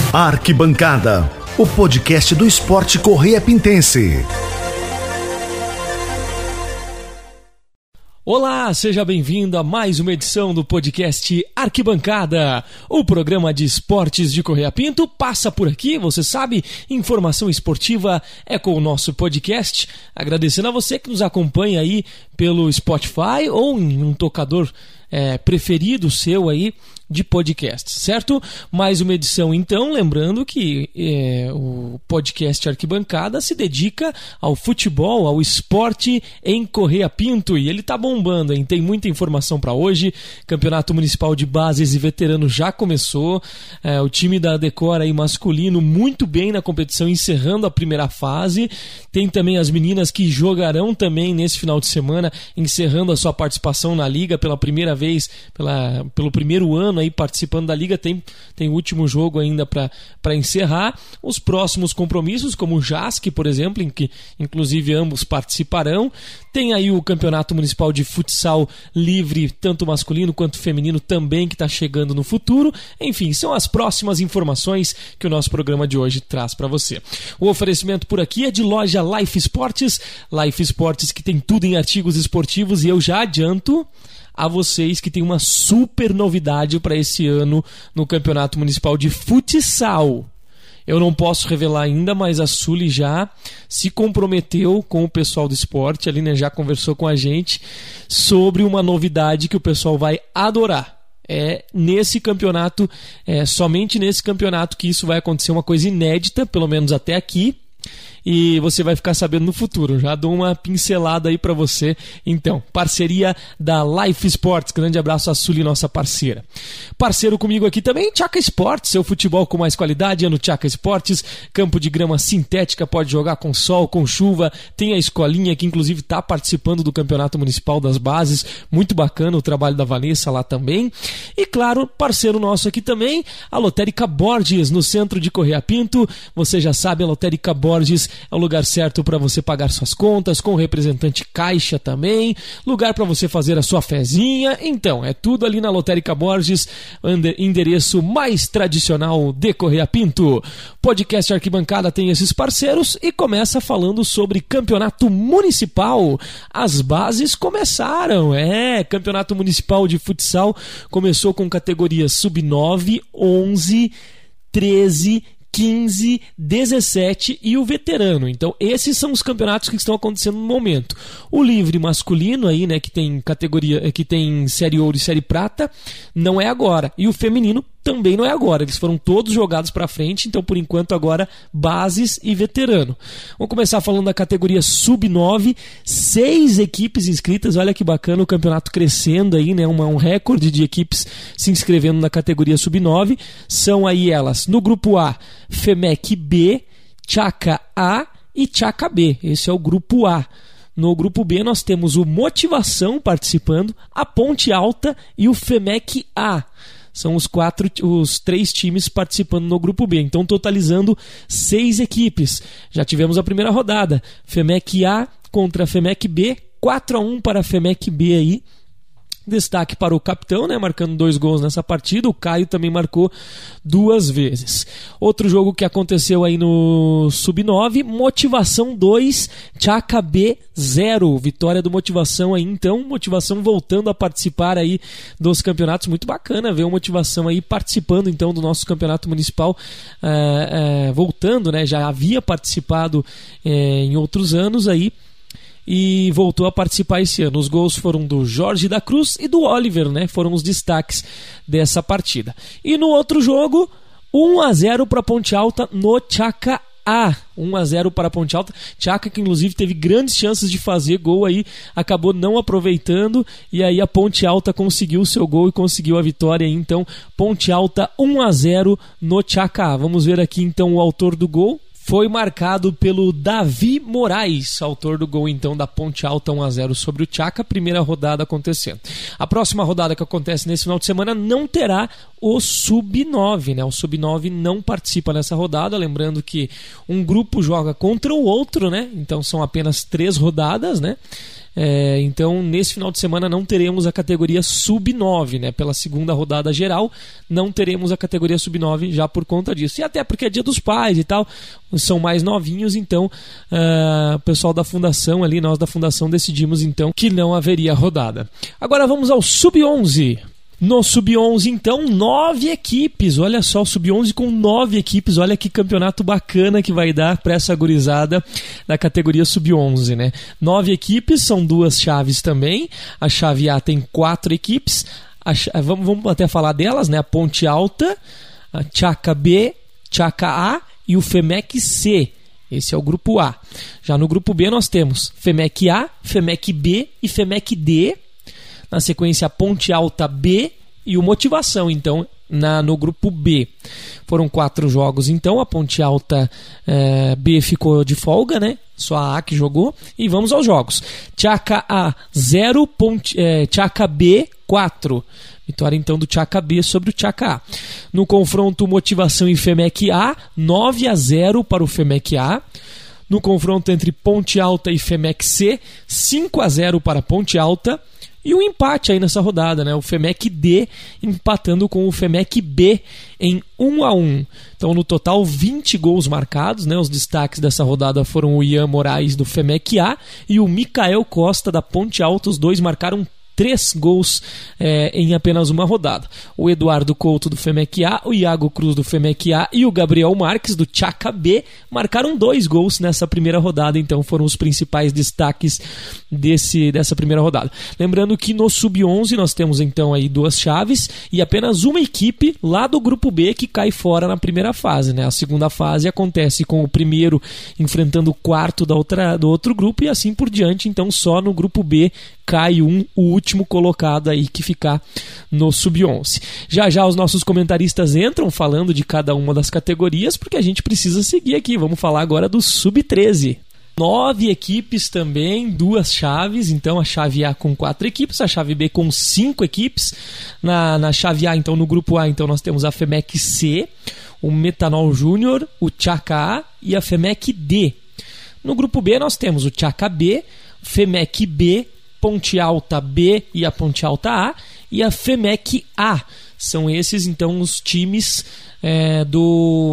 Arquibancada, o podcast do Esporte Correia-Pintense. Olá, seja bem-vindo a mais uma edição do podcast Arquibancada. O programa de esportes de Correia Pinto passa por aqui, você sabe, informação esportiva é com o nosso podcast. Agradecendo a você que nos acompanha aí pelo Spotify ou em um tocador preferido seu aí de podcast, certo? Mais uma edição então, lembrando que o podcast Arquibancada se dedica ao futebol, ao esporte em Correia Pinto, e ele tá bombando, hein? Tem muita informação para hoje. Campeonato Municipal de Bases e Veteranos já começou, o time da Decora aí masculino muito bem na competição, encerrando a primeira fase. Tem também as meninas que jogarão também nesse final de semana, encerrando a sua participação na Liga pela primeira vez, pelo primeiro ano aí participando da Liga. Tem o último jogo ainda para encerrar. Os próximos compromissos, como o JASC, por exemplo, em que inclusive ambos participarão. Tem aí o Campeonato Municipal de Futsal Livre, tanto masculino quanto feminino também, que está chegando no futuro. Enfim, são as próximas informações que o nosso programa de hoje traz para você. O oferecimento por aqui é de loja Life Sports. Life Sports, que tem tudo em artigos esportivos, e eu já adianto a vocês que tem uma super novidade para esse ano no Campeonato Municipal de Futsal. Eu não posso revelar ainda, mas a Sully já se comprometeu com o pessoal do esporte, ali, né, já conversou com a gente sobre uma novidade que o pessoal vai adorar. Nesse campeonato, somente nesse campeonato que isso vai acontecer, uma coisa inédita, pelo menos até aqui. E você vai ficar sabendo no futuro. Já dou uma pincelada aí pra você. Então, parceria da Life Sports. Grande abraço a Sully, nossa parceira. Parceiro comigo aqui também, Tchaka Sports. Seu futebol com mais qualidade é no Tchaka Sports. Campo de grama sintética, pode jogar com sol, com chuva. Tem a escolinha que inclusive está participando do Campeonato Municipal das Bases. Muito bacana o trabalho da Vanessa lá também. E claro, parceiro nosso aqui também, a Lotérica Borges, no centro de Correia Pinto. Você já sabe, a Lotérica Borges é o lugar certo para você pagar suas contas, com o representante Caixa também, lugar para você fazer a sua fezinha. Então, é tudo ali na Lotérica Borges, endereço mais tradicional de Correia Pinto. Podcast Arquibancada tem esses parceiros e começa falando sobre Campeonato Municipal. As bases começaram, Campeonato Municipal de Futsal começou com categorias sub-9, 11, 13, 15, 17 e o veterano. Então esses são os campeonatos que estão acontecendo no momento. O livre masculino aí, né, que tem categoria, que tem série ouro e série prata, não é agora. E o feminino também não é agora. Eles foram todos jogados para frente, então por enquanto agora bases e veterano. Vamos começar falando da categoria sub-9, 6 equipes inscritas. Olha que bacana, o campeonato crescendo aí, né? Um recorde de equipes se inscrevendo na categoria sub-9. São aí elas, no grupo A, FEMEC B, Tchaka A e Tchaka B. Esse é o grupo A. No grupo B nós temos o Motivação participando, a Ponte Alta e o FEMEC A. São os 3 times participando no grupo B, então totalizando 6 equipes. Já tivemos a primeira rodada, FEMEC A contra FEMEC B, 4-1 para a FEMEC B aí. Destaque para o capitão, né, marcando 2 gols nessa partida. O Caio também marcou 2 vezes. Outro jogo que aconteceu aí no Sub-9, Motivação 2, Tchaka B 0. Vitória do Motivação aí, então. Motivação voltando a participar aí dos campeonatos. Muito bacana ver o Motivação aí participando então do nosso campeonato municipal. Voltando, né, já havia participado em outros anos aí. E voltou a participar esse ano. Os gols foram do Jorge da Cruz e do Oliver, né? Foram os destaques dessa partida. E no outro jogo, 1-0 para Ponte Alta no Tchaka A. 1-0 para a Ponte Alta. Tchaka, que inclusive teve grandes chances de fazer gol aí, acabou não aproveitando, e aí a Ponte Alta conseguiu o seu gol e conseguiu a vitória aí. Então, Ponte Alta 1-0 no Tchaka A. Vamos ver aqui então o autor do gol. Foi marcado pelo Davi Moraes, autor do gol então da Ponte Alta 1-0 sobre o Tchaka, primeira rodada acontecendo. A próxima rodada que acontece nesse final de semana não terá o Sub-9, né? O Sub-9 não participa nessa rodada, lembrando que um grupo joga contra o outro, né? Então são apenas 3 rodadas, né? Então, nesse final de semana não teremos a categoria Sub-9, né? Pela segunda rodada geral, não teremos a categoria Sub-9 já por conta disso. E até porque é dia dos pais e tal, são mais novinhos, então o pessoal da fundação ali, nós da fundação decidimos então que não haveria rodada. Agora vamos ao Sub-11. No Sub-11, então, 9 equipes. Olha só, o Sub-11 com 9 equipes. Olha que campeonato bacana que vai dar para essa gurizada da categoria Sub-11, né? 9 equipes, são 2 chaves também. A chave A tem 4 equipes. Vamos até falar delas, né? A Ponte Alta, a Tchaca B, Tchaca A e o FEMEC C. Esse é o grupo A. Já no grupo B nós temos FEMEC A, FEMEC B e FEMEC D. Na sequência, a Ponte Alta B e o Motivação, então, no grupo B. Foram 4 jogos, então, a Ponte Alta B ficou de folga, né? Só a A que jogou. E vamos aos jogos. Tchaca A 0, Tchaca B 4. Vitória, então, do Tchaca B sobre o Tchaca A. No confronto Motivação e FEMEC A, 9-0 para o FEMEC A. No confronto entre Ponte Alta e FEMEC C, 5-0 para a Ponte Alta. E um empate aí nessa rodada, né? O FEMEC D empatando com o FEMEC B em 1-1. Então, no total, 20 gols marcados, né? Os destaques dessa rodada foram o Ian Moraes do FEMEC A e o Micael Costa da Ponte Alta. Os dois marcaram 3 gols em apenas uma rodada. O Eduardo Couto do FEMEC A, o Iago Cruz do FEMEC A e o Gabriel Marques do Tchaca B marcaram 2 gols nessa primeira rodada, então foram os principais destaques dessa primeira rodada. Lembrando que no Sub-11 nós temos então aí 2 chaves e apenas uma equipe lá do grupo B que cai fora na primeira fase, né? A segunda fase acontece com o primeiro enfrentando o quarto do outro grupo e assim por diante, então só no grupo B cai o último colocado aí que ficar no Sub-11. Já os nossos comentaristas entram falando de cada uma das categorias, porque a gente precisa seguir aqui. Vamos falar agora do Sub-13. 9 equipes também, 2 chaves, então a chave A com 4 equipes, a chave B com 5 equipes. Na chave A, então no grupo A, então nós temos a FEMEC C, o Metanol Júnior, o Tchaca A e a FEMEC D. No grupo B nós temos o Tchaca B, FEMEC B, Ponte Alta B e a Ponte Alta A e a FEMEC A. São esses então os times do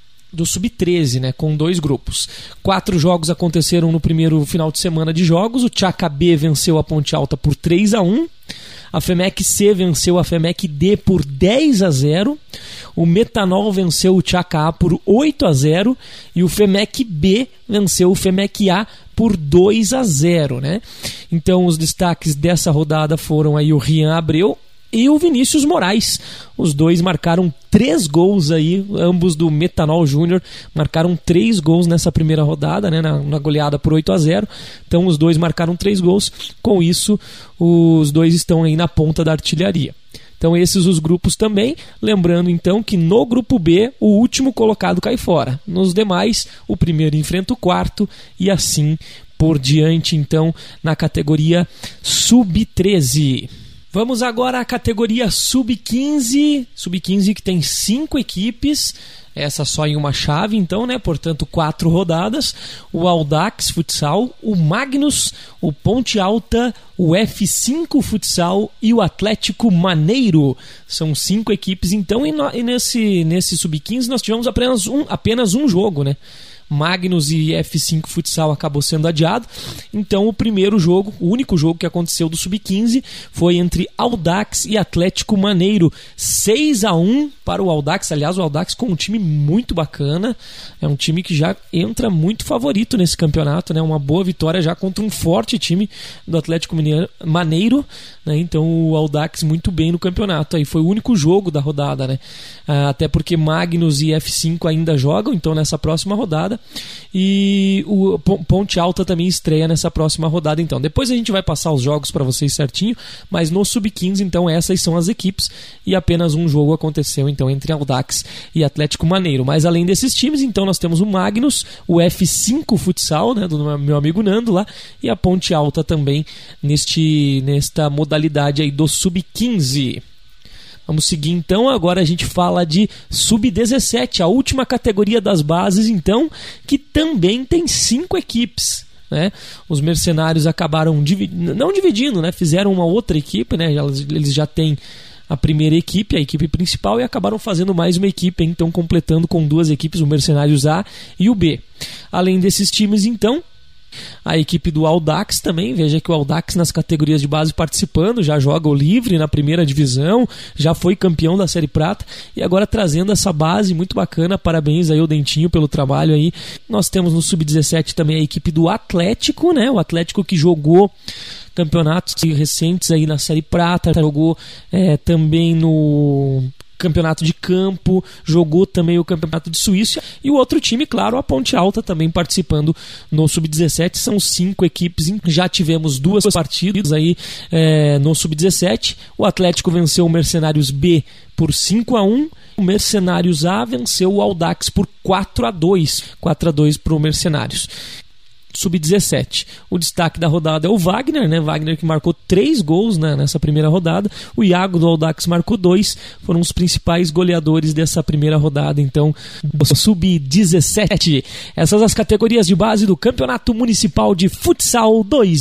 Sub-13, né, com 2 grupos. 4 jogos aconteceram no primeiro final de semana de jogos. O Tchaca B venceu a Ponte Alta por 3-1. A FEMEC C venceu a FEMEC D por 10-0. O Metanol venceu o Tchaca A por 8-0. E o FEMEC B venceu o FEMEC A por 2-0, né? Então os destaques dessa rodada foram aí o Rian Abreu e o Vinícius Moraes. Os dois marcaram 3 gols aí, ambos do Metanol Júnior, marcaram 3 gols nessa primeira rodada, né, na goleada por 8-0. Então os dois marcaram 3 gols. Com isso, os dois estão aí na ponta da artilharia. Então esses os grupos também, lembrando então que no grupo B o último colocado cai fora. Nos demais, o primeiro enfrenta o quarto e assim por diante então na categoria Sub-13. Vamos agora à categoria Sub-15. Sub-15 que tem 5 equipes, essa só em uma chave, então, né? Portanto, 4 rodadas. O Audax Futsal, o Magnus, o Ponte Alta, o F5 Futsal e o Atlético Maneiro. São 5 equipes, então, e nesse Sub-15 nós tivemos apenas um jogo, né? Magnus e F5 Futsal acabou sendo adiado. Então o primeiro jogo, o único jogo que aconteceu do Sub-15 foi entre Audax e Atlético Maneiro, 6-1 para o Audax. Aliás, o Audax com um time muito bacana, é um time que já entra muito favorito nesse campeonato, né? Uma boa vitória já contra um forte time do Atlético Maneiro, né? Então o Audax muito bem no campeonato. Aí foi o único jogo da rodada, né? Até porque Magnus e F5 ainda jogam, então nessa próxima rodada. E o Ponte Alta também estreia nessa próxima rodada, então. Depois a gente vai passar os jogos para vocês certinho, mas no Sub-15, então, essas são as equipes e apenas um jogo aconteceu, então, entre Audax e Atlético Maneiro. Mas além desses times, então, nós temos o Magnus, o F5 Futsal, né, do meu amigo Nando lá, e a Ponte Alta também nesta modalidade aí do Sub-15. Vamos seguir então, agora a gente fala de Sub-17, a última categoria das bases então, que também tem 5 equipes. né? Os Mercenários acabaram não dividindo, né? Fizeram uma outra equipe, né? Eles já têm a primeira equipe, a equipe principal, e acabaram fazendo mais uma equipe, então completando com 2 equipes, o Mercenários A e o B. Além desses times, então, a equipe do Audax também, veja que o Audax nas categorias de base participando, já joga o livre na primeira divisão, já foi campeão da Série Prata e agora trazendo essa base muito bacana. Parabéns aí ao Dentinho pelo trabalho aí. Nós temos no Sub-17 também a equipe do Atlético, né? O Atlético que jogou campeonatos recentes aí na Série Prata, jogou também no campeonato de campo, jogou também o campeonato de Suíça, e o outro time, claro, a Ponte Alta, também participando no Sub-17. São 5 equipes, já tivemos 2 partidas aí no Sub-17. O Atlético venceu o Mercenários B por 5-1, o Mercenários A venceu o Audax por 4-2 para o Mercenários. Sub-17. O destaque da rodada é o Wagner, né? Wagner que marcou 3 gols, né, nessa primeira rodada. O Iago do Audax marcou 2. Foram os principais goleadores dessa primeira rodada, então, do Sub-17. Essas as categorias de base do Campeonato Municipal de Futsal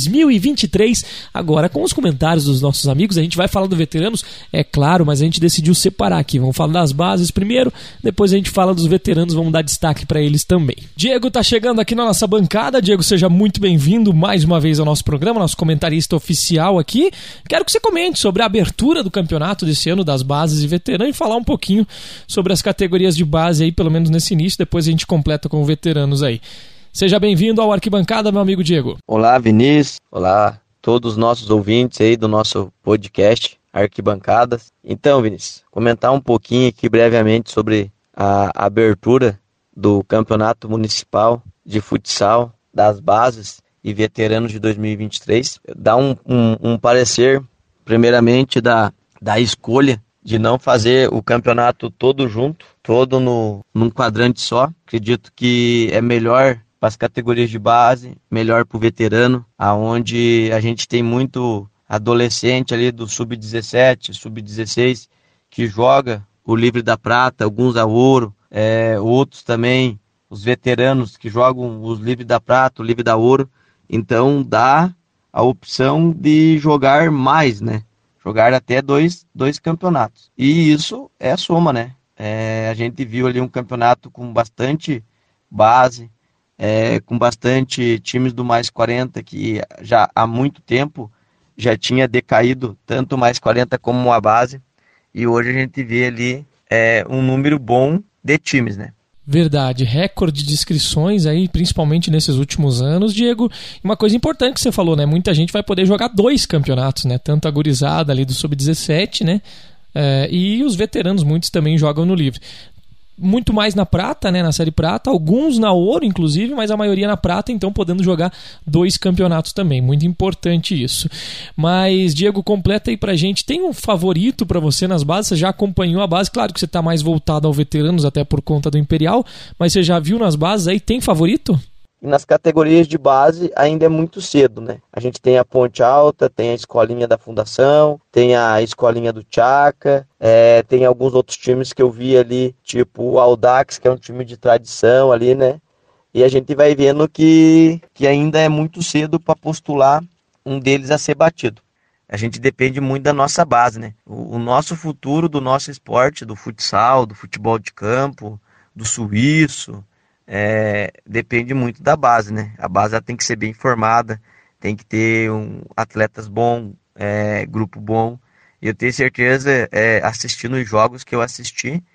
2023. Agora, com os comentários dos nossos amigos, a gente vai falar do veteranos, é claro, mas a gente decidiu separar aqui. Vamos falar das bases primeiro, depois a gente fala dos veteranos, vamos dar destaque para eles também. Diego tá chegando aqui na nossa bancada. Diego, seja muito bem-vindo mais uma vez ao nosso programa, nosso comentarista oficial aqui. Quero que você comente sobre a abertura do campeonato desse ano das bases e veteranos e falar um pouquinho sobre as categorias de base aí, pelo menos nesse início, depois a gente completa com veteranos aí. Seja bem-vindo ao Arquibancada, meu amigo Diego. Olá, Vinícius. Olá, todos os nossos ouvintes aí do nosso podcast Arquibancadas. Então, Vinícius, comentar um pouquinho aqui brevemente sobre a abertura do Campeonato Municipal de Futsal das bases e veteranos de 2023, dar um parecer, primeiramente, da escolha de não fazer o campeonato todo junto, todo num quadrante só. Acredito que é melhor para as categorias de base, melhor para o veterano, aonde a gente tem muito adolescente ali do Sub-17, Sub-16, que joga o livre da prata, alguns a ouro, outros também, os veteranos que jogam os livres da prata, o livre da ouro. Então dá a opção de jogar mais, né? Jogar até dois campeonatos. E isso é a soma, né? A gente viu ali um campeonato com bastante base, com bastante times do mais 40, que já há muito tempo já tinha decaído tanto o mais 40 como a base. E hoje a gente vê ali um número bom de times, né? Verdade, recorde de inscrições aí, principalmente nesses últimos anos, Diego. Uma coisa importante que você falou, né? Muita gente vai poder jogar 2 campeonatos, né? Tanto a gurizada ali do Sub-17, né? E os veteranos, muitos também jogam no livre. Muito mais na prata, né, na Série Prata, alguns na ouro, inclusive, mas a maioria na prata, então podendo jogar 2 campeonatos também. Muito importante isso. Mas, Diego, completa aí pra gente. Tem um favorito pra você nas bases? Você já acompanhou a base? Claro que você tá mais voltado ao veteranos, até por conta do Imperial, mas você já viu nas bases aí? Tem favorito? E nas categorias de base ainda é muito cedo, né? A gente tem a Ponte Alta, tem a Escolinha da Fundação, tem a Escolinha do Tchaca, tem alguns outros times que eu vi ali, tipo o Audax, que é um time de tradição ali, né? E a gente vai vendo que ainda é muito cedo para postular um deles a ser batido. A gente depende muito da nossa base, né? O nosso futuro do nosso esporte, do futsal, do futebol de campo, do suíço, depende muito da base, né? A base ela tem que ser bem formada, tem que ter atletas bons, grupo bom. E eu tenho certeza, assistindo os jogos que eu assisti,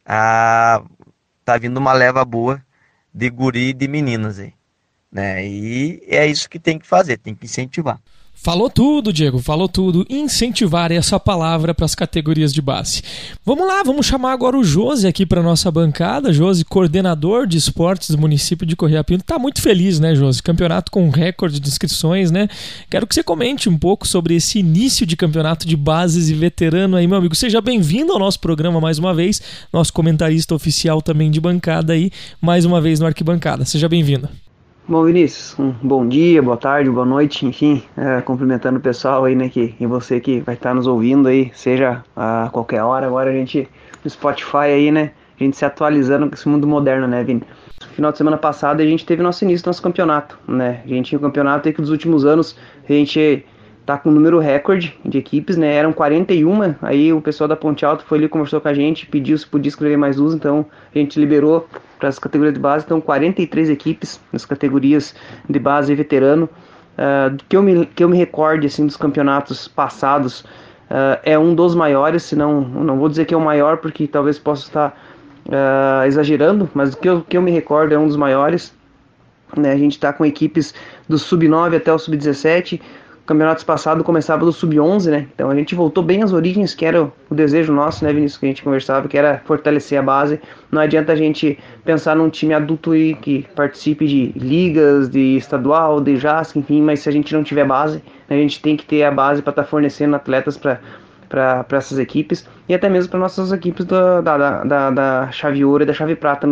tá vindo uma leva boa de guri e de meninas aí, né? E é isso que tem que fazer, tem que incentivar. Falou tudo, Diego, falou tudo. Incentivar essa palavra para as categorias de base. Vamos lá, vamos chamar agora o Josi aqui para nossa bancada. Josi, coordenador de esportes do município de Correia Pinto. Tá muito feliz, né, Josi? Campeonato com recorde de inscrições, né? Quero que você comente um pouco sobre esse início de campeonato de bases e veterano aí, meu amigo. Seja bem-vindo ao nosso programa mais uma vez. Nosso comentarista oficial também de bancada aí, mais uma vez no Arquibancada. Seja bem-vindo. Bom, Vinícius, um bom dia, boa tarde, boa noite, enfim, cumprimentando o pessoal aí, né, e você que vai estar nos ouvindo aí, seja a qualquer hora. Agora a gente, no Spotify aí, né, a gente se atualizando com esse mundo moderno, né, Vini? final de semana passado a gente teve nosso início do nosso campeonato, né? A gente tinha um campeonato aí que nos últimos anos a gente tá com um número recorde de equipes, né? Eram 41, aí o pessoal da Ponte Alta foi ali, conversou com a gente, pediu se podia escrever mais duas, então a gente liberou para as categorias de base, então 43 equipes nas categorias de base e veterano. Que eu me recorde assim, dos campeonatos passados, é um dos maiores, se não vou dizer que é o maior, porque talvez possa estar exagerando, mas que eu me recordo é um dos maiores, né? A gente está com equipes do sub-9 até o sub-17. Campeonatos passados começava do sub-11, né? Então a gente voltou bem às origens, que era o desejo nosso, né, Vinícius, que a gente conversava, que era fortalecer a base. Não adianta a gente pensar num time adulto aí que participe de ligas, de estadual, de JASC, enfim, mas se a gente não tiver base, né, a gente tem que ter a base para estar fornecendo atletas para essas equipes e até mesmo para nossas equipes da chave ouro e da chave prata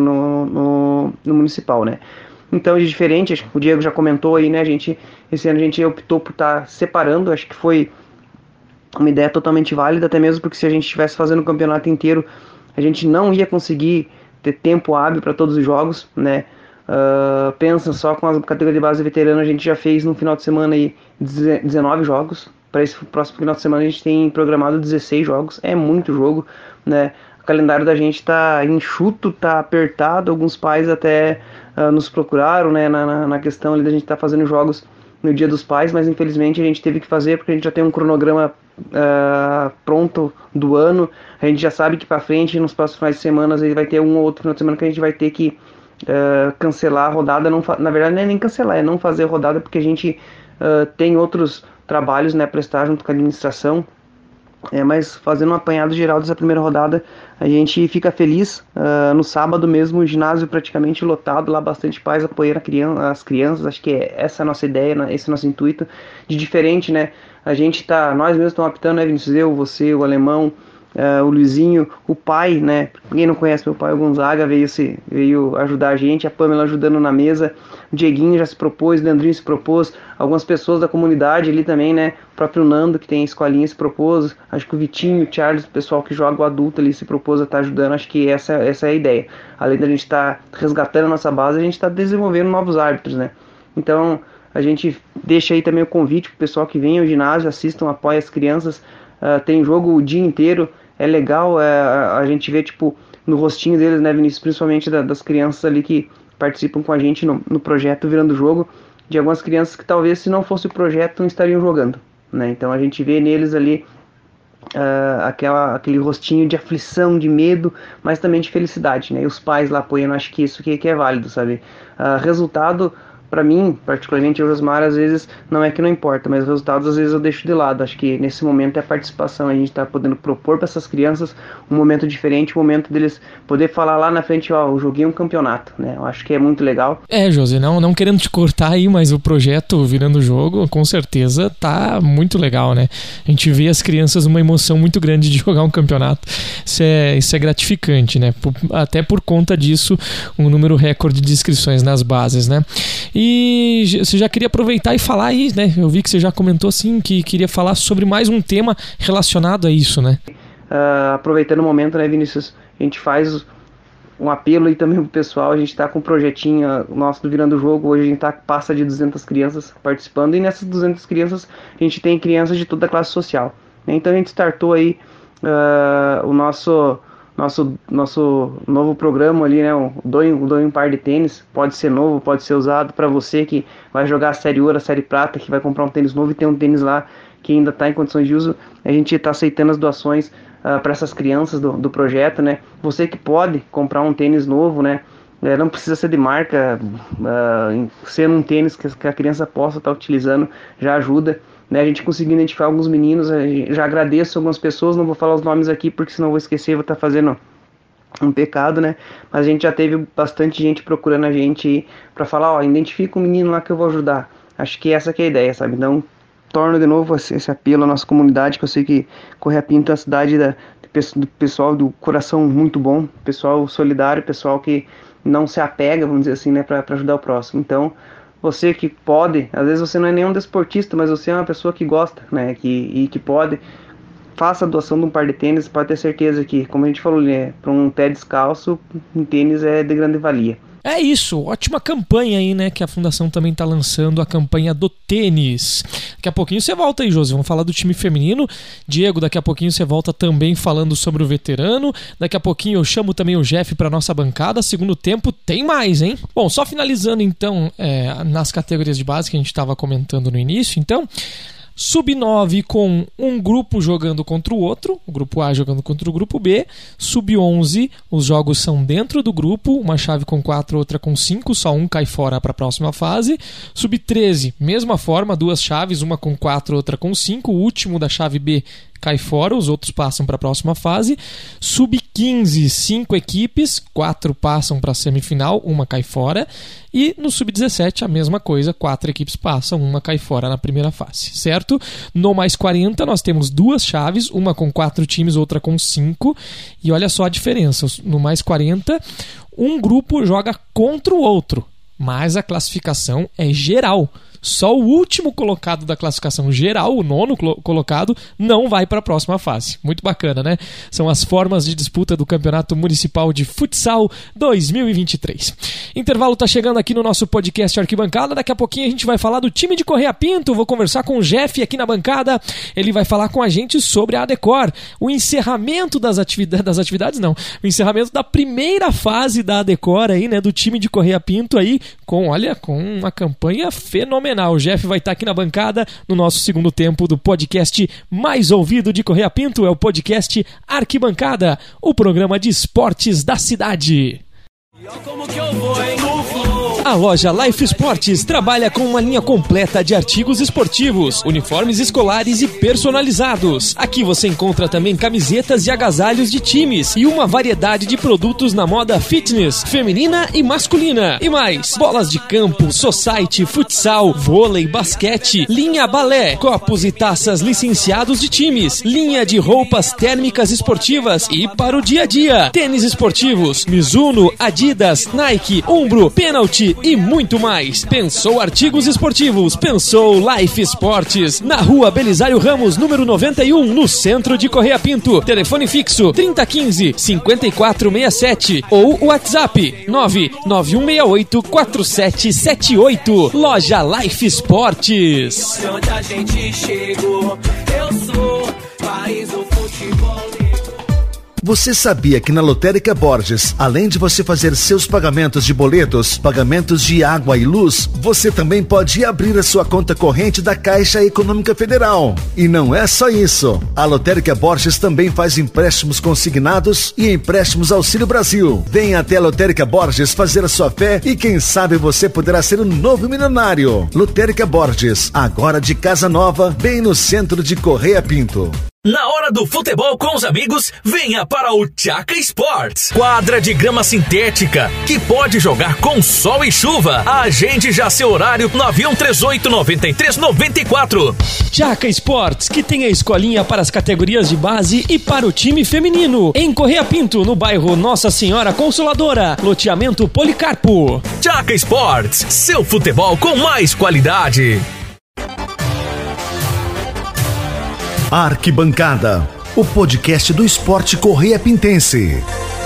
no municipal, né? Então, de diferente, acho que o Diego já comentou aí, né? Esse ano a gente optou por estar separando, acho que foi uma ideia totalmente válida, até mesmo porque se a gente estivesse fazendo o campeonato inteiro, a gente não ia conseguir ter tempo hábil para todos os jogos, né? Pensa só com a categoria de base veterana, a gente já fez no final de semana aí 19 jogos. Para esse próximo final de semana a gente tem programado 16 jogos, é muito jogo, né? O calendário da gente tá enxuto, tá apertado, alguns pais até nos procuraram, né, na questão ali da gente estar fazendo jogos no Dia dos Pais, mas infelizmente a gente teve que fazer porque a gente já tem um cronograma pronto do ano, a gente já sabe que para frente, nos próximos finais de semana, aí vai ter um ou outro final de semana que a gente vai ter que cancelar a rodada, na verdade não é nem cancelar, é não fazer a rodada porque a gente tem outros trabalhos, né, para estar junto com a administração. Mas fazendo um apanhado geral dessa primeira rodada, a gente fica feliz. No sábado mesmo, o ginásio praticamente lotado, lá bastante pais apoiando as crianças. Acho que essa é a nossa ideia, esse é o nosso intuito. De diferente, né? Nós mesmos estamos apitando, né, Vinícius? Eu, você, o Alemão, o Luizinho, o pai, né? Quem não conhece meu pai, o Gonzaga, veio ajudar a gente, a Pamela ajudando na mesa, o Dieguinho já se propôs, o Leandrinho se propôs, algumas pessoas da comunidade ali também, né? O próprio Nando, que tem a escolinha, se propôs, acho que o Vitinho, o Charles, o pessoal que joga o adulto ali se propôs a estar ajudando, acho que essa é a ideia. Além da gente estar resgatando a nossa base, a gente está desenvolvendo novos árbitros, né? Então, a gente deixa aí também o convite para o pessoal que vem ao ginásio, assistam, apoiem as crianças, tem jogo o dia inteiro. É legal a gente ver, tipo, no rostinho deles, né, Vinícius, principalmente das crianças ali que participam com a gente no projeto Virando Jogo, de algumas crianças que talvez se não fosse o projeto não estariam jogando, né? Então a gente vê neles ali aquele rostinho de aflição, de medo, mas também de felicidade, né? E os pais lá apoiando, acho que isso que é válido, sabe? Resultado, para mim, particularmente eu, Josmar, às vezes não é que não importa, mas os resultados às vezes eu deixo de lado. Acho que nesse momento é a participação, a gente está podendo propor para essas crianças um momento diferente, um momento deles poder falar lá na frente, ó, eu joguei um campeonato, né? Eu acho que é muito legal. José, não querendo te cortar aí, mas o projeto Virando Jogo, com certeza, tá muito legal, né? A gente vê as crianças uma emoção muito grande de jogar um campeonato. Isso é gratificante, né? Até por conta disso, um número recorde de inscrições nas bases, né? E você já queria aproveitar e falar aí, né? Eu vi que você já comentou assim que queria falar sobre mais um tema relacionado a isso, né? Aproveitando o momento, né, Vinícius? A gente faz um apelo aí também pro pessoal. A gente tá com um projetinho nosso do Virando Jogo. Hoje a gente passa de 200 crianças participando. E nessas 200 crianças a gente tem crianças de toda a classe social, né? Então a gente startou aí o nosso novo programa ali, né? O Doe um par de tênis. Pode ser novo, pode ser usado para você que vai jogar a série ouro, a série prata, que vai comprar um tênis novo e tem um tênis lá que ainda está em condições de uso. A gente está aceitando as doações para essas crianças do projeto, né? Você que pode comprar um tênis novo, né? Não precisa ser de marca, sendo um tênis que a criança possa estar utilizando já ajuda, né? A gente conseguiu identificar alguns meninos, já agradeço algumas pessoas, não vou falar os nomes aqui porque senão vou esquecer, vou estar fazendo um pecado, né? Mas a gente já teve bastante gente procurando a gente para falar, ó, identifica um menino lá que eu vou ajudar. Acho que essa que é a ideia, sabe? Então, torno de novo esse apelo à nossa comunidade, que eu sei que Correia Pinto é uma cidade do pessoal do coração muito bom, pessoal solidário, pessoal que não se apega, vamos dizer assim, né, para ajudar o próximo. Então, você que pode, às vezes você não é nenhum desportista, mas você é uma pessoa que gosta, né, que pode, faça a doação de um par de tênis, pode ter certeza que, como a gente falou, né, para um pé descalço, um tênis é de grande valia. É isso, ótima campanha aí, né, que a Fundação também tá lançando, a campanha do tênis. Daqui a pouquinho você volta aí, Josi, vamos falar do time feminino. Diego, daqui a pouquinho você volta também falando sobre o veterano. Daqui a pouquinho eu chamo também o Jeff pra nossa bancada. Segundo tempo tem mais, hein? Bom, só finalizando então nas categorias de base que a gente estava comentando no início, então... Sub-9 com um grupo jogando contra o outro, o grupo A jogando contra o grupo B. Sub-11, os jogos são dentro do grupo, uma chave com 4, outra com 5, só um cai fora para a próxima fase. Sub-13, mesma forma, 2 chaves, uma com 4, outra com 5, o último da chave B cai fora, os outros passam para a próxima fase. Sub-15, 5 equipes, 4 passam para a semifinal, uma cai fora. E no Sub-17 a mesma coisa, 4 equipes passam, uma cai fora na primeira fase, certo? No mais 40 nós temos 2 chaves, uma com 4 times, outra com 5. E olha só a diferença, no mais 40 um grupo joga contra o outro, mas a classificação é geral. Só o último colocado da classificação geral, o 9º colocado, não vai para a próxima fase. Muito bacana, né? São as formas de disputa do Campeonato Municipal de Futsal 2023. Intervalo tá chegando aqui no nosso podcast Arquibancada. Daqui a pouquinho a gente vai falar do time de Correia Pinto. Vou conversar com o Jeff aqui na bancada. Ele vai falar com a gente sobre a ADECOR. O encerramento das atividades, não. O encerramento da primeira fase da ADECOR aí, né? Do time de Correia Pinto aí, com uma campanha fenomenal. O Jeff vai estar aqui na bancada no nosso segundo tempo do podcast mais ouvido de Correia Pinto, é o podcast Arquibancada, o programa de esportes da cidade. A loja Life Sports trabalha com uma linha completa de artigos esportivos, uniformes escolares e personalizados. Aqui você encontra também camisetas e agasalhos de times e uma variedade de produtos na moda fitness, feminina e masculina. E mais, bolas de campo, society, futsal, vôlei, basquete, linha balé, copos e taças licenciados de times, linha de roupas térmicas esportivas e para o dia a dia, tênis esportivos, Mizuno, Adidas, Nike, Umbro, Penalty e muito mais. Pensou artigos esportivos, pensou Life Sports. Na rua Belisário Ramos, número 91, no centro de Correia Pinto. Telefone fixo 3015-5467 ou WhatsApp 991684778. Loja Life Sports. Onde a gente chegou, eu sou país do futebol. Você sabia que na Lotérica Borges, além de você fazer seus pagamentos de boletos, pagamentos de água e luz, você também pode abrir a sua conta corrente da Caixa Econômica Federal. E não é só isso. A Lotérica Borges também faz empréstimos consignados e empréstimos Auxílio Brasil. Venha até a Lotérica Borges fazer a sua fé e quem sabe você poderá ser um novo milionário. Lotérica Borges, agora de casa nova, bem no centro de Correia Pinto. Na hora do futebol com os amigos, venha para o Tchaka Sports. Quadra de grama sintética, que pode jogar com sol e chuva. Agende já seu horário 9138-9394. Tchaka Sports, que tem a escolinha para as categorias de base e para o time feminino. Em Correia Pinto, no bairro Nossa Senhora Consoladora, loteamento Policarpo. Tchaka Sports, seu futebol com mais qualidade. Arquibancada, o podcast do esporte Correia Pintense.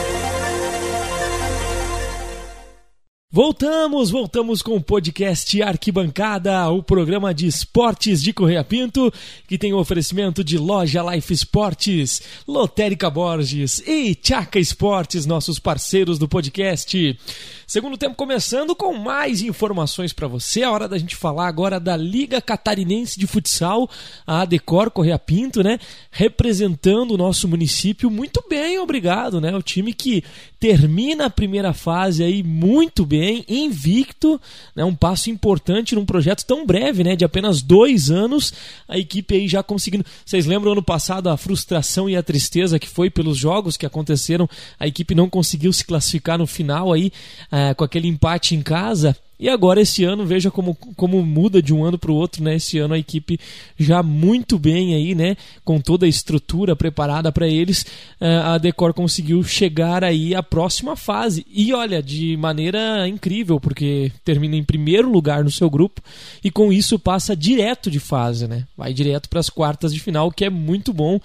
Voltamos com o podcast Arquibancada, o programa de esportes de Correia Pinto, que tem o oferecimento de loja Life Sports, Lotérica Borges e Tchaka Sports, nossos parceiros do podcast. Segundo tempo começando com mais informações para você. A hora da gente falar agora da Liga Catarinense de Futsal, a ADECOR Correia Pinto, né? Representando o nosso município muito bem, obrigado, né? O time que termina a primeira fase aí muito bem, invicto, né? Um passo importante num projeto tão breve, né? De apenas 2 anos, a equipe aí já conseguindo. Vocês lembram ano passado a frustração e a tristeza que foi pelos jogos que aconteceram? A equipe não conseguiu se classificar no final aí, com aquele empate em casa. E agora esse ano, veja como muda de um ano para o outro, né? Esse ano a equipe já muito bem aí, né? Com toda a estrutura preparada para eles, a Decor conseguiu chegar aí à próxima fase. E olha, de maneira incrível, porque termina em primeiro lugar no seu grupo e com isso passa direto de fase, né? Vai direto para as quartas de final, que é muito bom.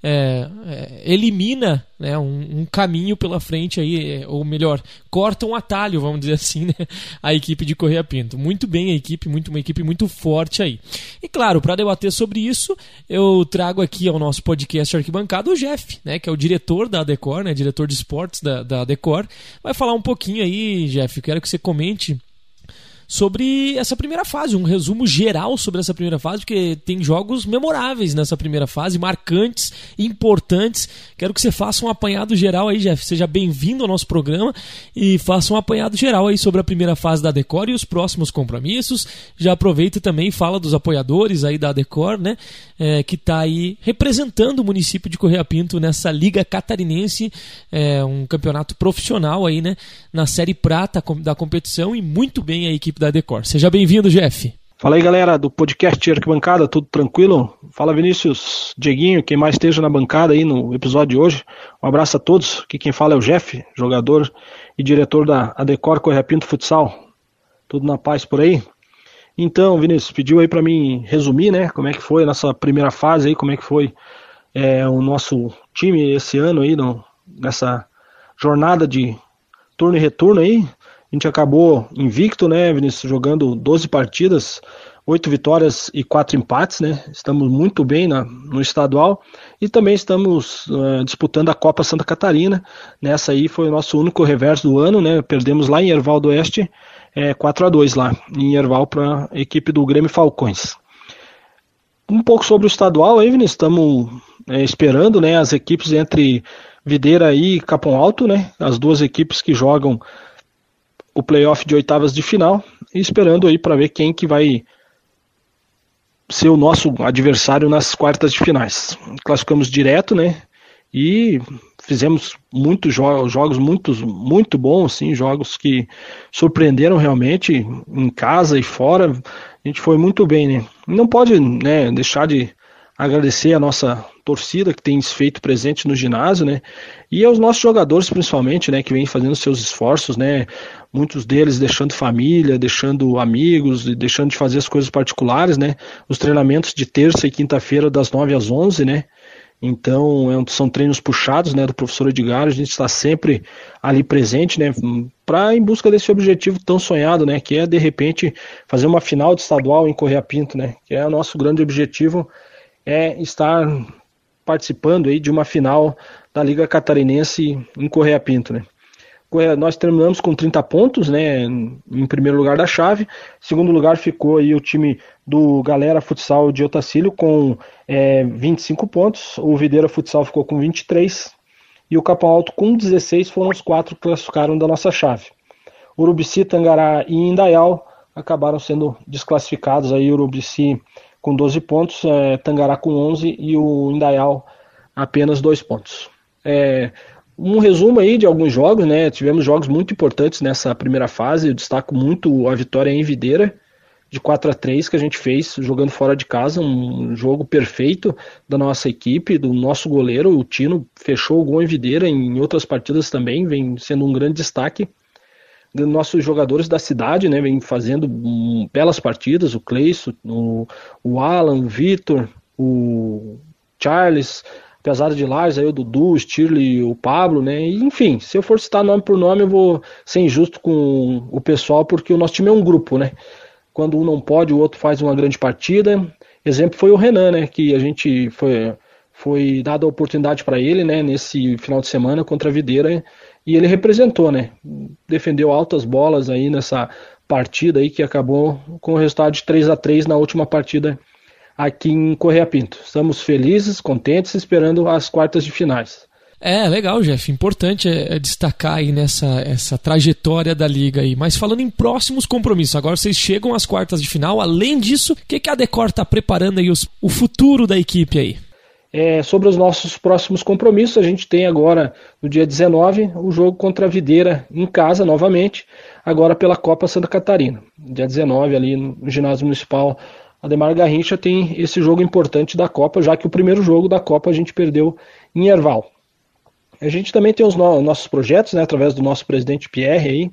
Elimina, né, um caminho pela frente aí, ou melhor, corta um atalho, vamos dizer assim, né, a equipe de Correia Pinto. Muito bem a equipe, uma equipe muito forte aí. E claro, para debater sobre isso, eu trago aqui ao nosso podcast Arquibancada o Jeff, né, que é o diretor da Decor, né, diretor de esportes da Decor. Vai falar um pouquinho aí, Jeff, eu quero que você comente sobre essa primeira fase, um resumo geral sobre essa primeira fase, porque tem jogos memoráveis nessa primeira fase, marcantes, importantes. Quero que você faça um apanhado geral aí, Jeff. Seja bem-vindo ao nosso programa e faça um apanhado geral aí sobre a primeira fase da Decor e os próximos compromissos. Já aproveita também e fala dos apoiadores aí da Decor, né, que está aí representando o município de Correia Pinto nessa Liga Catarinense, um campeonato profissional aí, né, na Série Prata da competição, e muito bem a equipe da Decor. Seja bem-vindo, Jeff. Fala aí, galera do podcast Arquibancada, tudo tranquilo? Fala, Vinícius, Dieguinho, quem mais esteja na bancada aí no episódio de hoje. Um abraço a todos. Aqui quem fala é o Jeff, jogador e diretor da Decor Correia Pinto Futsal. Tudo na paz por aí? Então, Vinícius, pediu aí para mim resumir, né, como é que foi a nossa primeira fase aí, como é que foi o nosso time esse ano aí, nessa jornada de turno e retorno aí. A gente acabou invicto, né, Vinícius, jogando 12 partidas, 8 vitórias e 4 empates, né? Estamos muito bem no estadual e também estamos disputando a Copa Santa Catarina. Nessa aí foi o nosso único reverso do ano, né? Perdemos lá em Erval do Oeste 4-2 lá em Erval para a equipe do Grêmio Falcões. Um pouco sobre o estadual aí, Vinícius, estamos esperando, né, as equipes entre Videira e Capão Alto, né? As duas equipes que jogam o playoff de oitavas de final, e esperando aí para ver quem que vai ser o nosso adversário nas quartas de finais. Classificamos direto, né? E fizemos muitos jogos muito bons, sim, jogos que surpreenderam realmente em casa e fora. A gente foi muito bem, né? Não pode, né, deixar de agradecer a nossa torcida que tem se feito presente no ginásio, né? E aos nossos jogadores principalmente, né, que vêm fazendo seus esforços, né? Muitos deles deixando família, deixando amigos, deixando de fazer as coisas particulares, né? Os treinamentos de terça e quinta-feira das 9 às 11, né? Então são treinos puxados, né, do professor Edgar. A gente está sempre ali presente, né, em busca desse objetivo tão sonhado, né, que é de repente fazer uma final de estadual em Correia Pinto, né, que é o nosso grande objetivo, é estar participando aí de uma final da Liga Catarinense em Correia Pinto, né. Nós terminamos com 30 pontos, né, em primeiro lugar da chave. Em segundo lugar ficou aí o time do Galera Futsal de Otacílio com 25 pontos. O Videira Futsal ficou com 23 e o Capão Alto com 16 foram os 4 que classificaram da nossa chave. Urubici, Tangará e Indaial acabaram sendo desclassificados. Aí Urubici com 12 pontos, Tangará com 11 e o Indaial apenas 2 pontos. Um resumo aí de alguns jogos, né? Tivemos jogos muito importantes nessa primeira fase. Eu destaco muito a vitória em Videira, de 4-3 que a gente fez jogando fora de casa, um jogo perfeito da nossa equipe, do nosso goleiro, o Tino fechou o gol em Videira, em outras partidas também, vem sendo um grande destaque. Nossos jogadores da cidade, né, vem fazendo belas partidas, o Cleison, o Alan, o Vitor, o Charles, apesar de Lages, aí o Dudu, o Stirley, o Pablo, né? E, enfim, se eu for citar nome por nome, eu vou ser injusto com o pessoal, porque o nosso time é um grupo, né? Quando um não pode, o outro faz uma grande partida. Exemplo foi o Renan, né? Que a gente foi dada a oportunidade para ele, né? Nesse final de semana contra a Videira, e ele representou, né? Defendeu altas bolas aí nessa partida aí que acabou com o resultado de 3-3 na última partida aqui em Correia Pinto. Estamos felizes, contentes, esperando as quartas de finais. Legal, Jeff. Importante destacar aí essa trajetória da Liga aí. Mas falando em próximos compromissos, agora vocês chegam às quartas de final. Além disso, o que a Decor está preparando aí, o futuro da equipe aí? Sobre os nossos próximos compromissos, a gente tem agora, no dia 19, o jogo contra a Videira em casa, novamente. agora pela Copa Santa Catarina. Dia 19 ali no ginásio municipal Ademar Garrincha tem esse jogo importante da Copa, já que o primeiro jogo da Copa a gente perdeu em Erval. A gente também tem os nossos projetos, né, através do nosso presidente Pierre aí,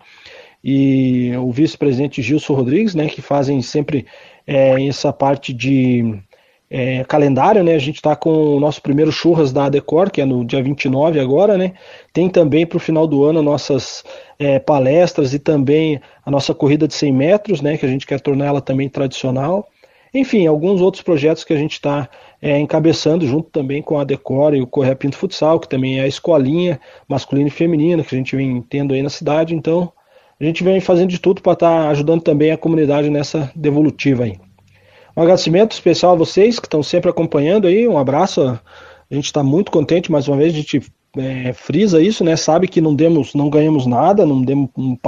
e o vice-presidente Gilson Rodrigues, né, que fazem sempre essa parte de calendário, né? A gente está com o nosso primeiro churras da Adecor, que é no dia 29 agora, né? Tem também para o final do ano nossas palestras e também a nossa corrida de 100 metros, né? Que a gente quer tornar ela também tradicional. Enfim, alguns outros projetos que a gente está encabeçando junto também com a Adecor e o Correia Pinto Futsal, que também é a escolinha masculina e feminina que a gente vem tendo aí na cidade. Então, a gente vem fazendo de tudo para estar ajudando também a comunidade nessa devolutiva aí. Um agradecimento especial a vocês que estão sempre acompanhando aí, um abraço, a gente está muito contente, mais uma vez a gente frisa isso, né? Sabe que não ganhamos nada, não demos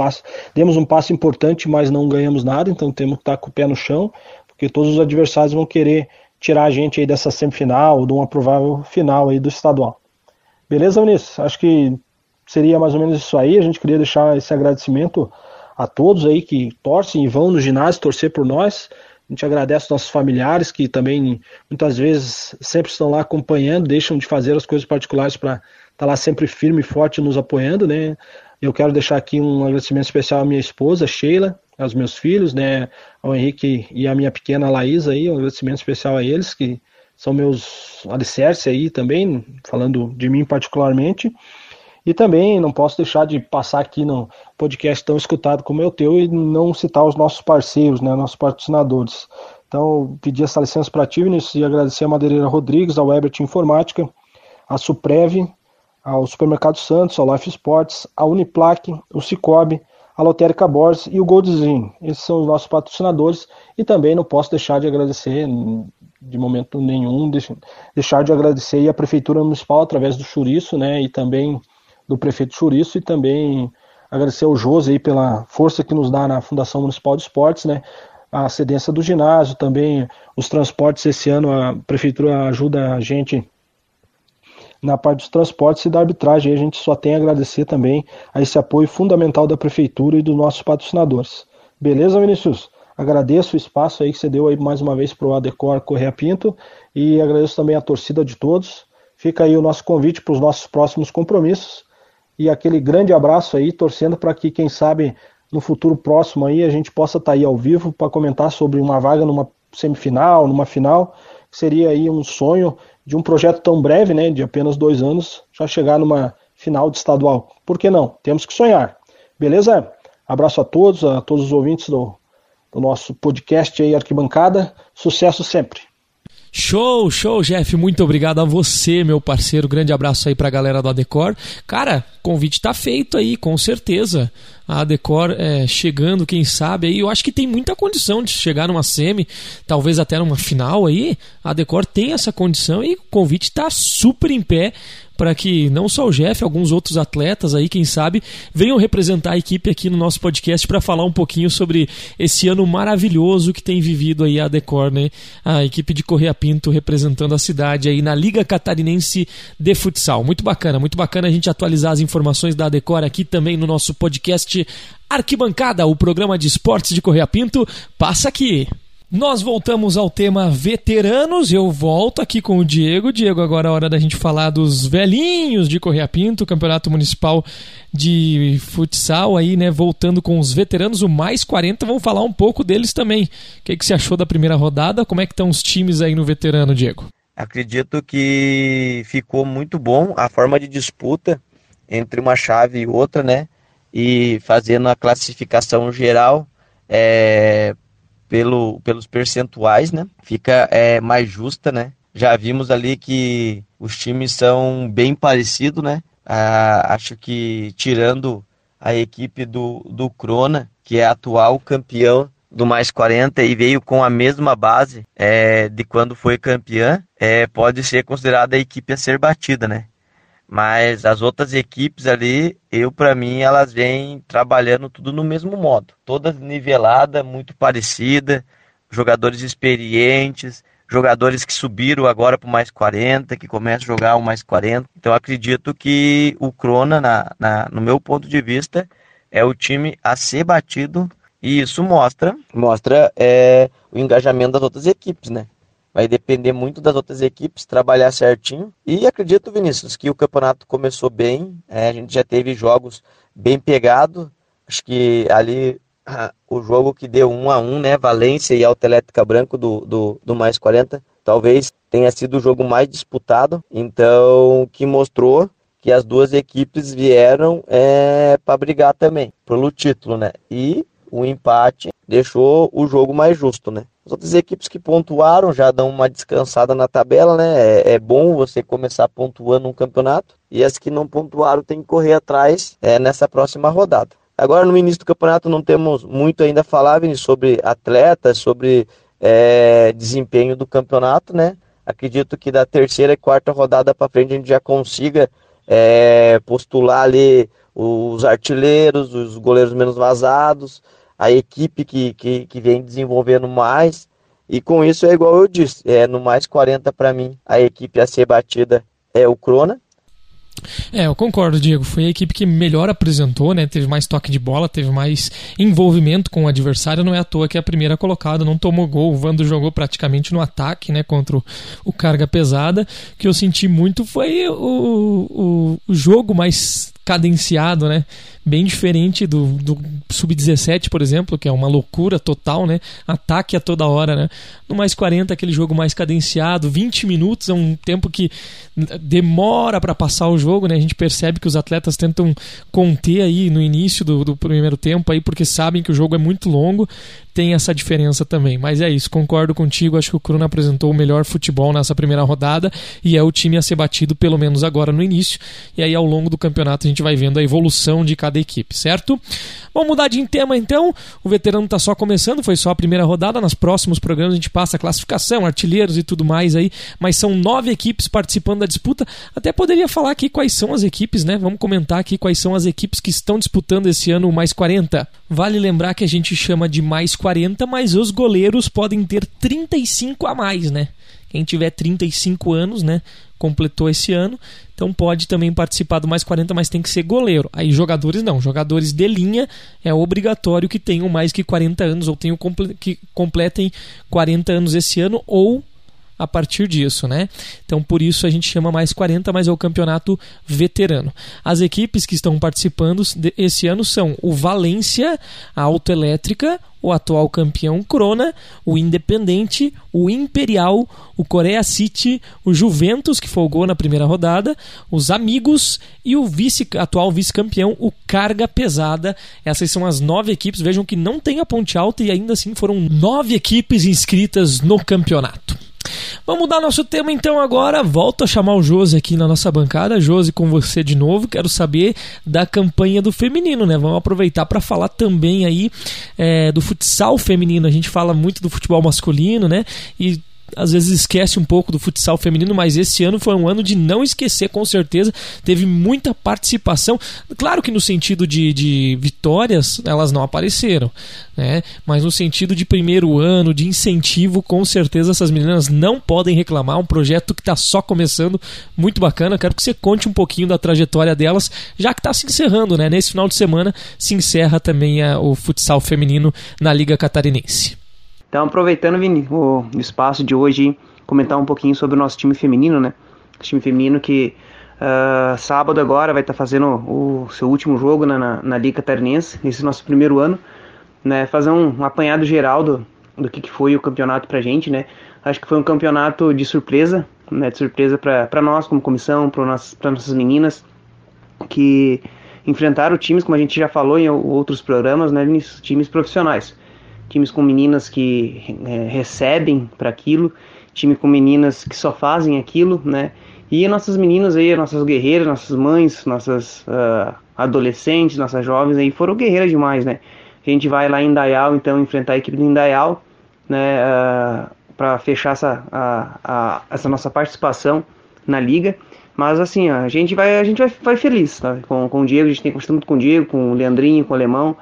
um passo importante, mas não ganhamos nada, então temos que estar com o pé no chão, porque todos os adversários vão querer tirar a gente aí dessa semifinal, ou de uma provável final aí do estadual. Beleza, Vinícius? Acho que seria mais ou menos isso aí, a gente queria deixar esse agradecimento a todos aí que torcem e vão no ginásio torcer por nós. A gente agradece aos nossos familiares que também muitas vezes sempre estão lá acompanhando, deixam de fazer as coisas particulares para estar lá sempre firme e forte nos apoiando, né? Eu quero deixar aqui um agradecimento especial à minha esposa, Sheila, aos meus filhos, né? Ao Henrique e à minha pequena Laís aí, um agradecimento especial a eles, que são meus alicerces aí também, falando de mim particularmente. E também não posso deixar de passar aqui no podcast tão escutado como é o teu e não citar os nossos parceiros, né, nossos patrocinadores. Então, pedir essa licença para ti, Vinícius, e agradecer a Madeireira Rodrigues, ao Ebert Informática, a Suprev, ao Supermercado Santos, ao Life Sports, a Uniplac, o Cicobi, a Lotérica Borges e o Goldzin. Esses são os nossos patrocinadores e também não posso deixar de agradecer, de momento nenhum, deixar de agradecer a Prefeitura Municipal através do Chouriço, né, e também do prefeito Chouriço, e também agradecer ao José aí pela força que nos dá na Fundação Municipal de Esportes, né? A cedência do ginásio, também os transportes. Esse ano a prefeitura ajuda a gente na parte dos transportes e da arbitragem. A gente só tem a agradecer também a esse apoio fundamental da prefeitura e dos nossos patrocinadores. Beleza, Vinícius? Agradeço o espaço aí que você deu aí mais uma vez para o Adecor Correia Pinto e agradeço também a torcida de todos. Fica aí o nosso convite para os nossos próximos compromissos. E aquele grande abraço aí, torcendo para que, quem sabe, no futuro próximo aí, a gente possa estar aí ao vivo para comentar sobre uma vaga numa semifinal, numa final, que seria aí um sonho de um projeto tão breve, né, de apenas 2 anos, já chegar numa final de estadual. Por que não? Temos que sonhar. Beleza? Abraço a todos os ouvintes do nosso podcast aí, Arquibancada. Sucesso sempre! Show, Jeff, muito obrigado a você, meu parceiro, grande abraço aí pra galera do Adecor. Cara, convite tá feito aí, com certeza. A Adecor chegando, quem sabe aí, eu acho que tem muita condição de chegar numa semi, talvez até numa final aí. A Adecor tem essa condição e o convite tá super em pé para que não só o Jeff, alguns outros atletas aí, quem sabe, venham representar a equipe aqui no nosso podcast para falar um pouquinho sobre esse ano maravilhoso que tem vivido aí a Adecor, né? A equipe de Correia Pinto representando a cidade aí na Liga Catarinense de Futsal. Muito bacana a gente atualizar as informações da Adecor aqui também no nosso podcast Arquibancada, o programa de esportes de Correia Pinto. Passa aqui! Nós voltamos ao tema veteranos, eu volto aqui com o Diego. Diego, agora é hora da gente falar dos velhinhos de Correia Pinto, Campeonato Municipal de Futsal aí, né, voltando com os veteranos, o mais 40, vamos falar um pouco deles também. O que você achou da primeira rodada? Como é que estão os times aí no veterano, Diego? Acredito que ficou muito bom a forma de disputa entre uma chave e outra, né, e fazendo a classificação geral, pelos percentuais, né? Fica mais justa, né? Já vimos ali que os times são bem parecidos, né? Acho que tirando a equipe do Crona, que é atual campeão do mais 40 e veio com a mesma base de quando foi campeã, pode ser considerada a equipe a ser batida, né? Mas as outras equipes ali, para mim, elas vêm trabalhando tudo no mesmo modo. Todas niveladas, muito parecida, jogadores experientes, jogadores que subiram agora para o mais 40, que começam a jogar o mais 40. Então acredito que o Crona, no meu ponto de vista, é o time a ser batido, e isso mostra o engajamento das outras equipes, né? Vai depender muito das outras equipes trabalhar certinho. E acredito, Vinícius, que o campeonato começou bem. A gente já teve jogos bem pegados. Acho que ali o jogo que deu 1-1, né? Valência e Alta Elétrica Branco do mais 40, talvez tenha sido o jogo mais disputado. Então, que mostrou que as duas equipes vieram para brigar também pelo título, né? E o empate deixou o jogo mais justo, né? As outras equipes que pontuaram já dão uma descansada na tabela, né? É bom você começar pontuando um campeonato, e as que não pontuaram tem que correr atrás nessa próxima rodada. Agora, no início do campeonato, não temos muito ainda a falar, Vinícius, sobre atletas, sobre desempenho do campeonato, né? Acredito que da terceira e quarta rodada para frente a gente já consiga postular ali os artilheiros, os goleiros menos vazados, a equipe que vem desenvolvendo mais, e com isso é igual eu disse, no mais 40 para mim, a equipe a ser batida é o Crona. Eu concordo, Diego. Foi a equipe que melhor apresentou, né? Teve mais toque de bola, teve mais envolvimento com o adversário. Não é à toa que a primeira colocada não tomou gol. O Vando jogou praticamente no ataque, né? Contra o Carga Pesada. O que eu senti muito foi o jogo mais cadenciado, né? Bem diferente do Sub-17, por exemplo, que é uma loucura total, né? Ataque a toda hora, né? No mais 40, aquele jogo mais cadenciado, 20 minutos é um tempo que demora para passar o jogo, né? A gente percebe que os atletas tentam conter aí no início do primeiro tempo aí, porque sabem que o jogo é muito longo. Tem essa diferença também, mas é isso, concordo contigo, acho que o Crona apresentou o melhor futebol nessa primeira rodada e é o time a ser batido pelo menos agora no início, e aí ao longo do campeonato a gente vai vendo a evolução de cada equipe, certo? Vamos mudar de tema então, o veterano tá só começando, foi só a primeira rodada, nos próximos programas a gente passa a classificação, artilheiros e tudo mais aí, mas são 9 equipes participando da disputa, até poderia falar aqui quais são as equipes, né? Vamos comentar aqui quais são as equipes que estão disputando esse ano o mais 40. Vale lembrar que a gente chama de mais 40, mas os goleiros podem ter 35 a mais, né? Quem tiver 35 anos, né, completou esse ano, então pode também participar do mais 40, mas tem que ser goleiro. Aí jogadores não, jogadores de linha é obrigatório que tenham mais que 40 anos ou que completem 40 anos esse ano ou a partir disso, né? Então por isso a gente chama mais 40, mas é o campeonato veterano. As equipes que estão participando esse ano são o Valência, a Autoelétrica, o atual campeão Crona, o Independente, o Imperial, o Coreia City, o Juventus, que folgou na primeira rodada, os Amigos e o atual vice-campeão, o Carga Pesada. Essas são as 9 equipes. Vejam que não tem a Ponte Alta e ainda assim foram 9 equipes inscritas no campeonato. Vamos mudar nosso tema então agora, volto a chamar o Josi aqui na nossa bancada. Josi, com você de novo, quero saber da campanha do feminino, né? Vamos aproveitar para falar também aí do futsal feminino. A gente fala muito do futebol masculino, né? E às vezes esquece um pouco do futsal feminino, mas esse ano foi um ano de não esquecer, com certeza. Teve muita participação. Claro que no sentido de vitórias, elas não apareceram, né? Mas no sentido de primeiro ano, de incentivo, com certeza essas meninas não podem reclamar. Um projeto que está só começando, muito bacana. Quero que você conte um pouquinho da trajetória delas, já que está se encerrando, né? Nesse final de semana se encerra também o futsal feminino na Liga Catarinense. Então, aproveitando, Vini, o espaço de hoje, comentar um pouquinho sobre o nosso time feminino, né? O time feminino que sábado agora vai estar fazendo o seu último jogo na Liga Catarinense, esse nosso primeiro ano, né? Fazer um apanhado geral do que foi o campeonato pra gente, né? Acho que foi um campeonato de surpresa, né? De surpresa para nós como comissão, para nossas meninas, que enfrentaram times, como a gente já falou em outros programas, né? Times profissionais. Times com meninas que recebem para aquilo, time com meninas que só fazem aquilo, né? E nossas meninas aí, nossas guerreiras, nossas mães, nossas adolescentes, nossas jovens aí foram guerreiras demais, né? A gente vai lá em Indaial, então, enfrentar a equipe de Indaial, né? Para fechar essa nossa participação na liga. Mas assim, a gente vai feliz, tá? Com o Diego, a gente tem conversado muito com o Diego, com o Leandrinho, com o Alemão.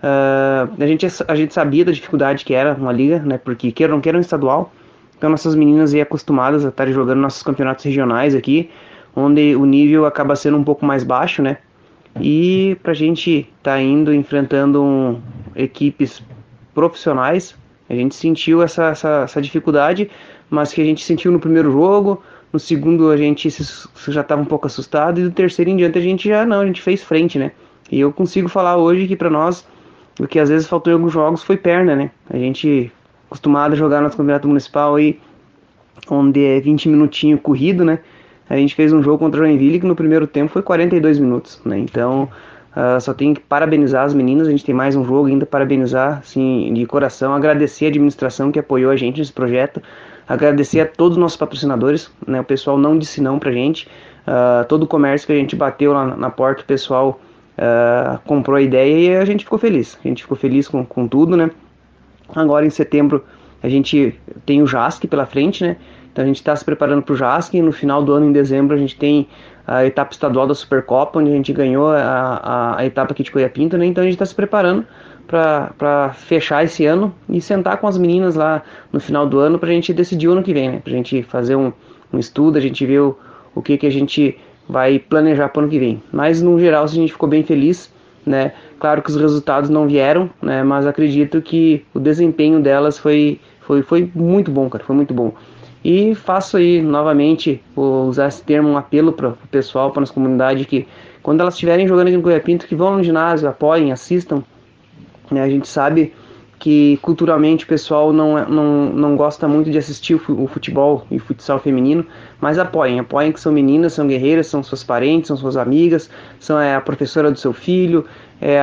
A gente sabia da dificuldade que era uma liga, né? Porque queiram ou não queiram estadual. Então nossas meninas aí acostumadas a estarem jogando nossos campeonatos regionais aqui, onde o nível acaba sendo um pouco mais baixo, né? E pra gente tá indo enfrentando equipes profissionais, a gente sentiu essa dificuldade, mas que a gente sentiu no primeiro jogo. No segundo a gente já estava um pouco assustado, e do terceiro em diante a gente fez frente, né? E eu consigo falar hoje que para nós, o que às vezes faltou em alguns jogos foi perna, né? A gente acostumado a jogar no campeonato municipal aí, onde é 20 minutinhos corrido, né? A gente fez um jogo contra o Joinville que no primeiro tempo foi 42 minutos, né? Então, só tenho que parabenizar as meninas. A gente tem mais um jogo ainda, parabenizar, assim, de coração, agradecer a administração que apoiou a gente nesse projeto, agradecer a todos os nossos patrocinadores, né? O pessoal não disse não pra gente, todo o comércio que a gente bateu lá na porta, o pessoal comprou a ideia e a gente ficou feliz. A gente ficou feliz com tudo, né? Agora em setembro a gente tem o JASC pela frente, né? Então a gente está se preparando para o JASC, e no final do ano, em dezembro, a gente tem a etapa estadual da Supercopa, onde a gente ganhou a etapa aqui de Correia Pinto, né? Então a gente está se preparando para fechar esse ano e sentar com as meninas lá no final do ano para a gente decidir o ano que vem, né? Para a gente fazer um estudo, a gente ver o que a gente vai planejar para o ano que vem. Mas no geral a gente ficou bem feliz, né? Claro que os resultados não vieram, né? Mas acredito que o desempenho delas foi muito bom, cara, foi muito bom. E faço aí novamente, vou usar esse termo, um apelo para o pessoal, para a nossa comunidade, que quando elas estiverem jogando aqui no Correia Pinto, que vão no ginásio, apoiem, assistam, né? A gente sabe que culturalmente o pessoal não gosta muito de assistir o futebol e o futsal feminino, mas apoiem que são meninas, são guerreiras, são suas parentes, são suas amigas, são a professora do seu filho, é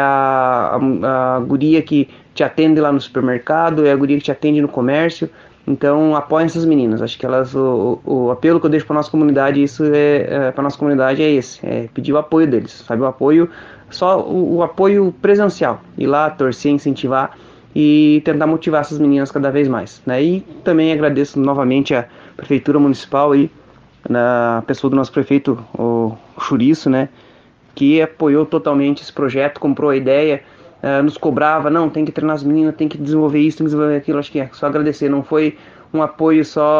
a guria que te atende lá no supermercado, é a guria que te atende no comércio. Então apoiem essas meninas. Acho que elas, o apelo que eu deixo para nossa comunidade, para nossa comunidade é esse, pedir o apoio deles, sabe, o apoio, só o apoio presencial, ir lá, torcer, incentivar e tentar motivar essas meninas cada vez mais, né? E também agradeço novamente a Prefeitura Municipal aí, na pessoa do nosso prefeito, o Churiço, né, que apoiou totalmente esse projeto, comprou a ideia, nos cobrava, não, tem que treinar as meninas, tem que desenvolver isso, tem que desenvolver aquilo. Acho que é só agradecer, não foi um apoio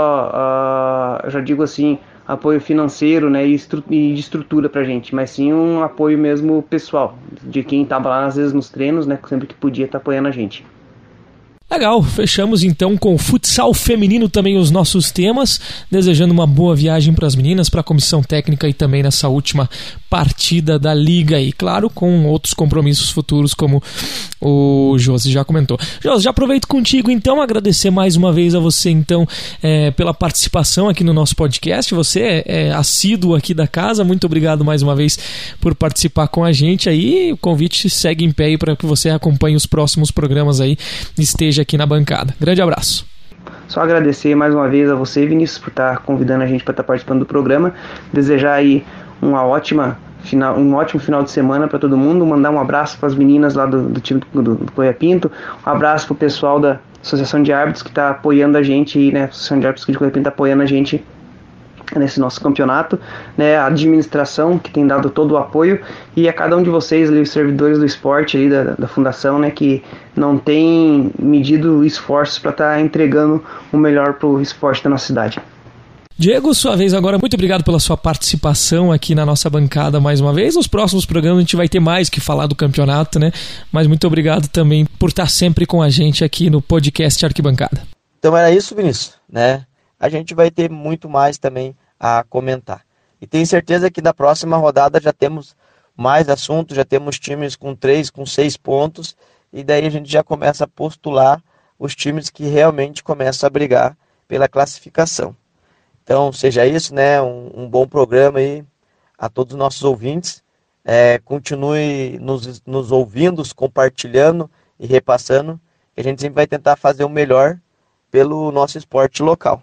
só, eu já digo assim, apoio financeiro, né, e de estrutura pra gente, mas sim um apoio mesmo pessoal, de quem estava lá às vezes nos treinos, né, sempre que podia estar apoiando a gente. Legal, fechamos então com o futsal feminino também os nossos temas, desejando uma boa viagem para as meninas, para a comissão técnica e também nessa última partida da liga e claro, com outros compromissos futuros como o Josi já comentou. Josi, já aproveito contigo então, agradecer mais uma vez a você então pela participação aqui no nosso podcast, você é assíduo aqui da casa, muito obrigado mais uma vez por participar com a gente aí, o convite segue em pé aí para que você acompanhe os próximos programas aí, esteja aqui na bancada. Grande abraço. Só agradecer mais uma vez a você, Vinícius, por estar convidando a gente para estar participando do programa. Desejar aí um ótimo final de semana para todo mundo. Mandar um abraço para as meninas lá do time do Correia Pinto. Um abraço para o pessoal da Associação de Árbitros que está apoiando a gente aí, né? A Associação de Árbitros de Correia Pinto está apoiando a gente nesse nosso campeonato, né, a administração que tem dado todo o apoio e a cada um de vocês ali, os servidores do esporte ali da fundação, né, que não tem medido esforços para estar entregando o melhor para o esporte da nossa cidade. Diego, sua vez agora, muito obrigado pela sua participação aqui na nossa bancada mais uma vez. Nos próximos programas a gente vai ter mais que falar do campeonato, né? Mas muito obrigado também por estar sempre com a gente aqui no podcast Arquibancada. Então era isso, Vinícius, né? A gente vai ter muito mais também a comentar. E tenho certeza que na próxima rodada já temos mais assuntos, já temos times com 3, com 6 pontos, e daí a gente já começa a postular os times que realmente começam a brigar pela classificação. Então, seja isso, né, um bom programa aí a todos os nossos ouvintes. Continue nos ouvindo, compartilhando e repassando, que a gente sempre vai tentar fazer o melhor pelo nosso esporte local.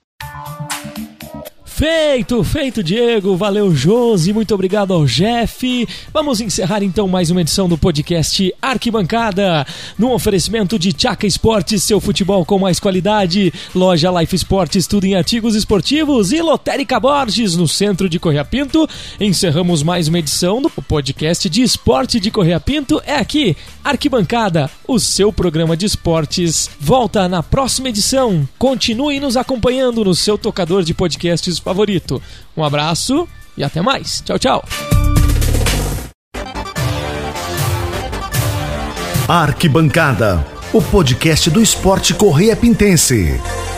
Feito, Diego, valeu Josi, muito obrigado ao Jeff. Vamos encerrar então mais uma edição do podcast Arquibancada, num oferecimento de Tchaca Esportes, seu futebol com mais qualidade, loja Life Esportes, tudo em artigos esportivos e Lotérica Borges, no centro de Correia Pinto. Encerramos mais uma edição do podcast de esporte de Correia Pinto, é aqui, Arquibancada, o seu programa de esportes. Volta na próxima edição, continue nos acompanhando no seu tocador de podcasts favorito. Um abraço e até mais. Tchau, tchau. Arquibancada, o podcast do esporte correia-pintense.